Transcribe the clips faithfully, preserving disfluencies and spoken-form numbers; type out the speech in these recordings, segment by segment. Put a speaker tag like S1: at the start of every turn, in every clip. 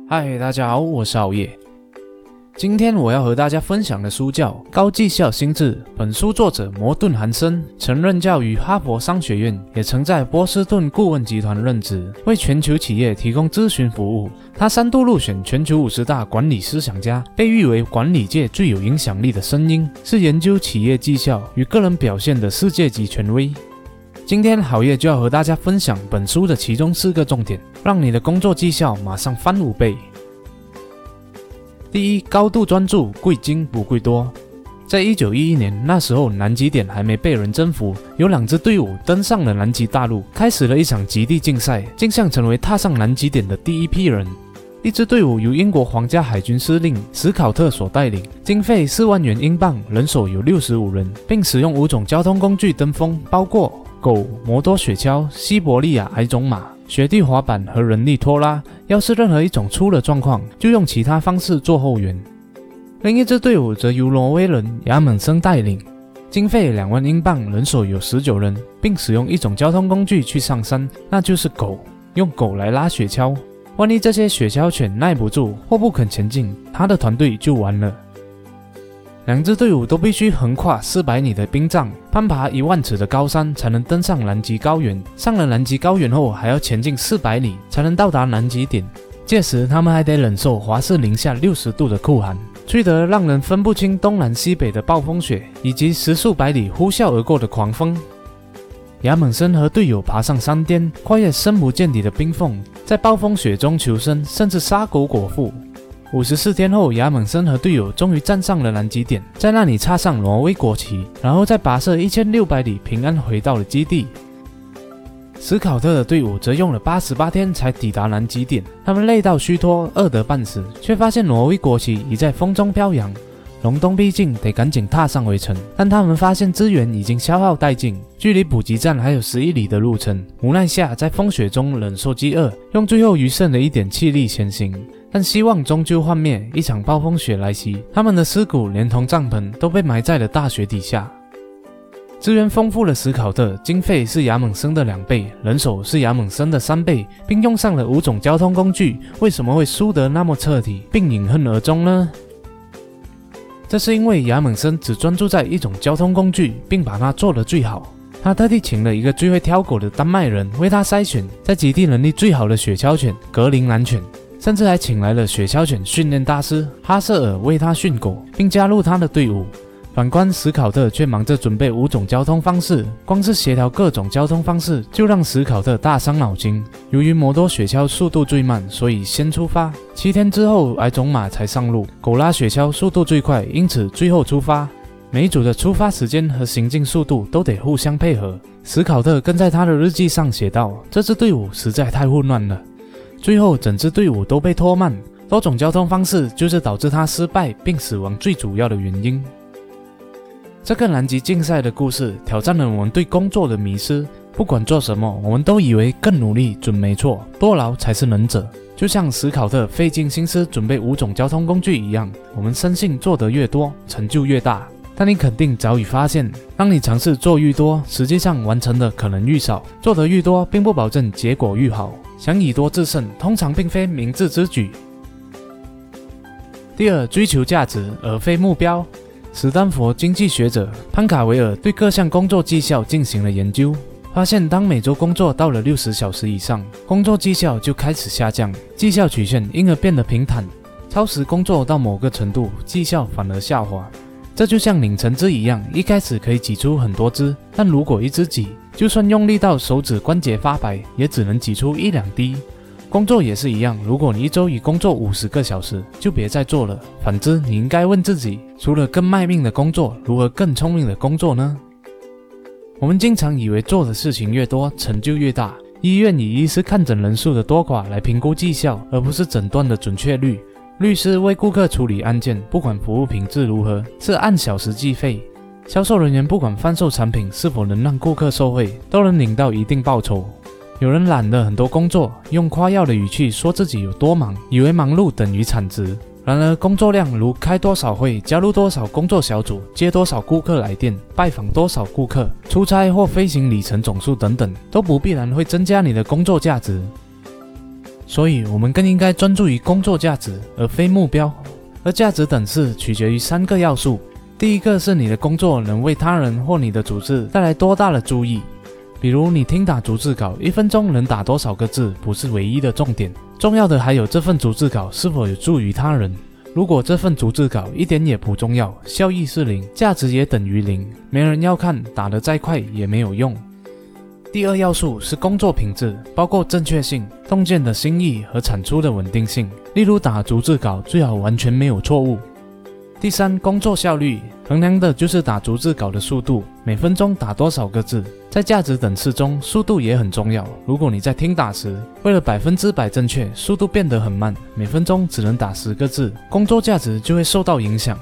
S1: 嗨，大家好，我是熬夜。今天我要和大家分享的书叫《高绩效心智》。本书作者摩顿·韩森曾任教于哈佛商学院，也曾在波士顿顾问集团任职，为全球企业提供咨询服务。他三度入选全球五十大管理思想家，被誉为管理界最有影响力的声音，是研究企业绩效与个人表现的世界级权威。今天好业就要和大家分享本书的其中四个重点，让你的工作绩效马上翻五倍。第一，高度专注，贵精不贵多。在一九一一年，那时候南极点还没被人征服，有两支队伍登上了南极大陆，开始了一场极地竞赛，竞相成为踏上南极点的第一批人。一支队伍由英国皇家海军司令史考特所带领，经费四万元英镑，人手有六十五人，并使用五种交通工具登峰，包括狗、摩多雪橇、西伯利亚矮种马、雪地滑板和人力拖拉。要是任何一种出了状况，就用其他方式做后援。另一支队伍则由挪威人亚蒙森带领，经费两万英镑，人手有十九人，并使用一种交通工具去上山，那就是狗，用狗来拉雪橇。万一这些雪橇犬耐不住或不肯前进，他的团队就完了。两支队伍都必须横跨四百米的冰障，攀爬一万尺的高山，才能登上南极高原。上了南极高原后，还要前进四百里才能到达南极点。届时他们还得忍受华氏零下六十度的酷寒，吹得让人分不清东南西北的暴风雪，以及十数百里呼啸而过的狂风。亚蒙森和队友爬上山巅，跨越深不见底的冰缝，在暴风雪中求生，甚至杀狗果腹。五十四天后，亚蒙森和队友终于站上了南极点，在那里插上挪威国旗，然后再跋涉一千六百里，平安回到了基地。史考特的队伍则用了八十八天才抵达南极点，他们累到虚脱，饿得半死，却发现挪威国旗已在风中飘扬。隆冬逼近，得赶紧踏上围城，但他们发现资源已经消耗殆尽，距离补给站还有十一里的路程。无奈下，在风雪中忍受饥饿，用最后余剩的一点气力前行。但希望终究幻灭，一场暴风雪来袭，他们的尸骨连同帐篷都被埋在了大雪底下。资源丰富的史考特，经费是亚蒙森的两倍，人手是亚蒙森的三倍，并用上了五种交通工具，为什么会输得那么彻底，并饮恨而终呢？这是因为亚蒙森只专注在一种交通工具，并把它做得最好。他特地请了一个最会挑狗的丹麦人为他筛选，在极地能力最好的雪橇犬格陵兰犬，甚至还请来了雪橇犬训练大师哈瑟尔为他训狗，并加入他的队伍。反观史考特却忙着准备五种交通方式，光是协调各种交通方式就让史考特大伤脑筋。由于摩托雪橇速度最慢，所以先出发，七天之后矮种马才上路。狗拉雪橇速度最快，因此最后出发。每一组的出发时间和行进速度都得互相配合。史考特更在他的日记上写道，这支队伍实在太混乱了，最后整支队伍都被拖慢，多种交通方式就是导致他失败并死亡最主要的原因。这个南极竞赛的故事挑战了我们对工作的迷思，不管做什么，我们都以为更努力准没错，多劳才是能者。就像史考特费尽心思准备五种交通工具一样，我们深信做得越多，成就越大。但你肯定早已发现，当你尝试做愈多，实际上完成的可能愈少，做得愈多并不保证结果愈好。想以多制胜，通常并非明智之举。第二，追求价值而非目标。史丹佛经济学者潘卡维尔对各项工作绩效进行了研究，发现当每周工作到了六十小时以上，工作绩效就开始下降，绩效曲线因而变得平坦。超时工作到某个程度，绩效反而下滑。这就像拧橙汁一样，一开始可以挤出很多汁，但如果一直挤，就算用力到手指关节发白，也只能挤出一两滴。工作也是一样，如果你一周已工作五十个小时，就别再做了。反之，你应该问自己，除了更卖命的工作，如何更聪明的工作呢？我们经常以为做的事情越多，成就越大。医院以医师看诊人数的多寡来评估绩效，而不是诊断的准确率。律师为顾客处理案件，不管服务品质如何，是按小时计费。销售人员不管贩售产品是否能让顾客受惠，都能领到一定报酬。有人揽了很多工作，用夸耀的语气说自己有多忙，以为忙碌等于产值。然而工作量如开多少会、加入多少工作小组、接多少顾客来电、拜访多少顾客、出差或飞行里程总数等等，都不必然会增加你的工作价值。 所以我们更应该专注于工作价值，而非目标。而价值等式取决于三个要素，第一个是你的工作能为他人或你的组织带来多大的注意。比如你听打逐字稿，一分钟能打多少个字不是唯一的重点，重要的还有这份逐字稿是否有助于他人。如果这份逐字稿一点也不重要，效益是零，价值也等于零，没人要看，打得再快也没有用。第二要素是工作品质，包括正确性、洞见的心意和产出的稳定性。例如打逐字稿最好完全没有错误。第三，工作效率，衡量的就是打逐字稿的速度，每分钟打多少个字。在价值等式中，速度也很重要。如果你在听打时，为了百分之百正确，速度变得很慢，每分钟只能打十个字，工作价值就会受到影响。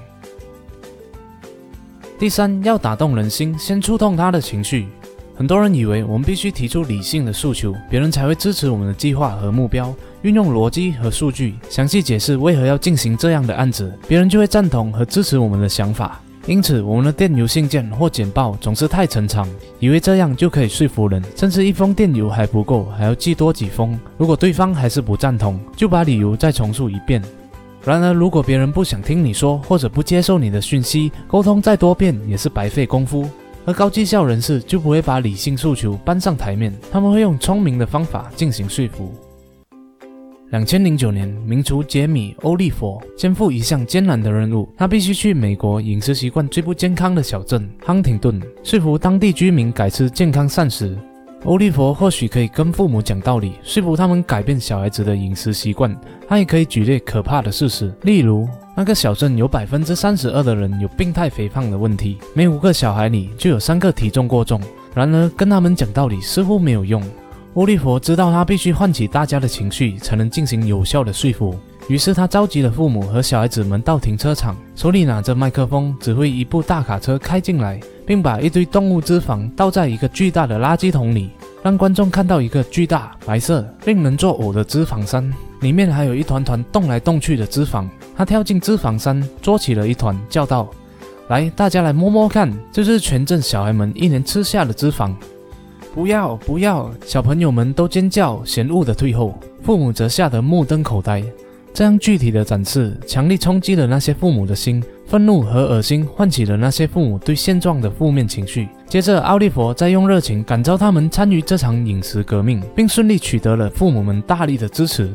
S1: 第三，要打动人心，先触动他的情绪。很多人以为我们必须提出理性的诉求，别人才会支持我们的计划和目标，运用逻辑和数据详细解释为何要进行这样的案子，别人就会赞同和支持我们的想法。因此我们的电邮信件或简报总是太沉长，以为这样就可以说服人，甚至一封电邮还不够，还要寄多几封。如果对方还是不赞同，就把理由再重述一遍。然而如果别人不想听你说，或者不接受你的讯息，沟通再多遍也是白费功夫。而高绩效人士就不会把理性诉求搬上台面，他们会用聪明的方法进行说服。二零零九年，名厨杰米·欧利佛肩负一项艰难的任务，他必须去美国饮食习惯最不健康的小镇亨廷顿，说服当地居民改吃健康膳食。欧利佛或许可以跟父母讲道理，说服他们改变小孩子的饮食习惯，他也可以举例可怕的事实，例如那个小镇有 百分之三十二 的人有病态肥胖的问题，每五个小孩里就有三个体重过重。然而跟他们讲道理似乎没有用，欧利佛知道他必须唤起大家的情绪才能进行有效的说服，于是他召集了父母和小孩子们到停车场，手里拿着麦克风指挥一部大卡车开进来，并把一堆动物脂肪倒在一个巨大的垃圾桶里，让观众看到一个巨大、白色、令人作呕的脂肪山，里面还有一团团动来动去的脂肪。他跳进脂肪山，捉起了一团，叫道：“来，大家来摸摸看，这是全镇小孩们一年吃下的脂肪。”不要不要！小朋友们都尖叫，嫌恶地退后，父母则吓得目瞪口呆。这样具体的展示，强力冲击了那些父母的心，愤怒和恶心唤起了那些父母对现状的负面情绪。接着奥利佛再用热情感召他们参与这场饮食革命，并顺利取得了父母们大力的支持。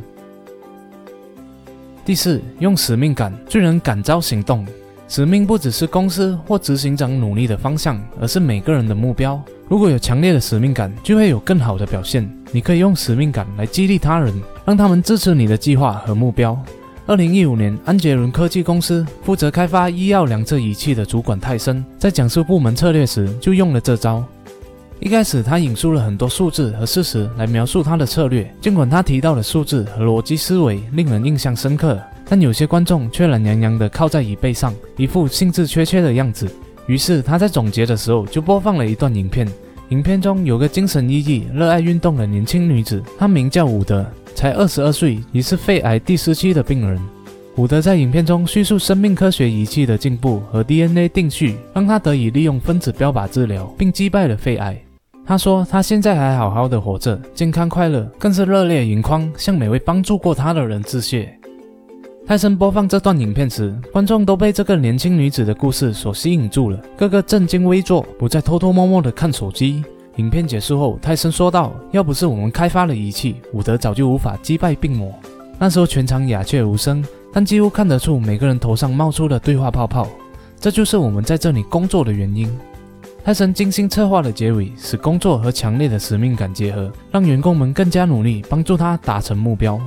S1: 第四，用使命感最能感召行动。使命不只是公司或执行长努力的方向，而是每个人的目标。如果有强烈的使命感，就会有更好的表现。你可以用使命感来激励他人，让他们支持你的计划和目标。二零一五年，安捷伦科技公司负责开发医药量测仪器的主管泰森，在讲述部门策略时就用了这招。一开始他引述了很多数字和事实来描述他的策略，尽管他提到的数字和逻辑思维令人印象深刻，但有些观众却懒洋洋地靠在椅背上，一副兴致缺缺的样子。于是他在总结的时候就播放了一段影片，影片中有个精神奕奕、热爱运动的年轻女子，她名叫伍德，才二十二岁，已是肺癌第四期的病人。伍德在影片中叙述生命科学仪器的进步和 D N A 定序，让她得以利用分子标靶治疗，并击败了肺癌。他说他现在还好好的活着，健康快乐，更是热泪盈眶，向每位帮助过他的人致谢。泰森播放这段影片时，观众都被这个年轻女子的故事所吸引住了，个个正襟危坐，不再偷偷摸摸地看手机。影片结束后，泰森说道：“要不是我们开发了仪器，伍德早就无法击败病魔。”那时候全场鸦雀无声，但几乎看得出每个人头上冒出了对话泡泡。这就是我们在这里工作的原因。泰森精心策划的结尾，使工作和强烈的使命感结合，让员工们更加努力，帮助他达成目标。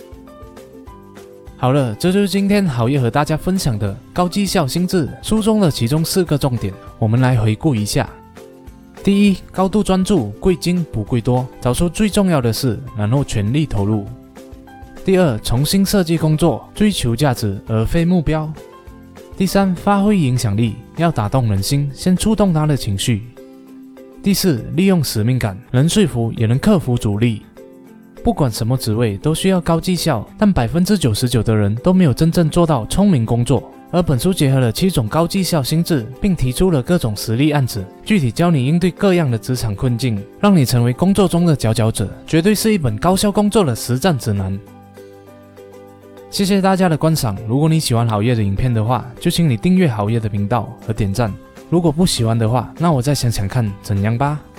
S1: 好了，这就是今天好业和大家分享的高绩效心智书中的其中四个重点，我们来回顾一下。第一，高度专注，贵精不贵多，找出最重要的事，然后全力投入。第二，重新设计工作，追求价值而非目标。第三，发挥影响力，要打动人心，先触动他的情绪。第四，利用使命感，能说服也能克服阻力。不管什么职位都需要高绩效，但 百分之九十九 的人都没有真正做到聪明工作， 而本书结合了七种高绩效心智，并提出了各种实例案子，具体教你应对各样的职场困境，让你成为工作中的佼佼者，绝对是一本高效工作的实战指南。谢谢大家的观赏，如果你喜欢好业的影片的话，就请你订阅好业的频道和点赞。如果不喜欢的话，那我再想想看怎样吧。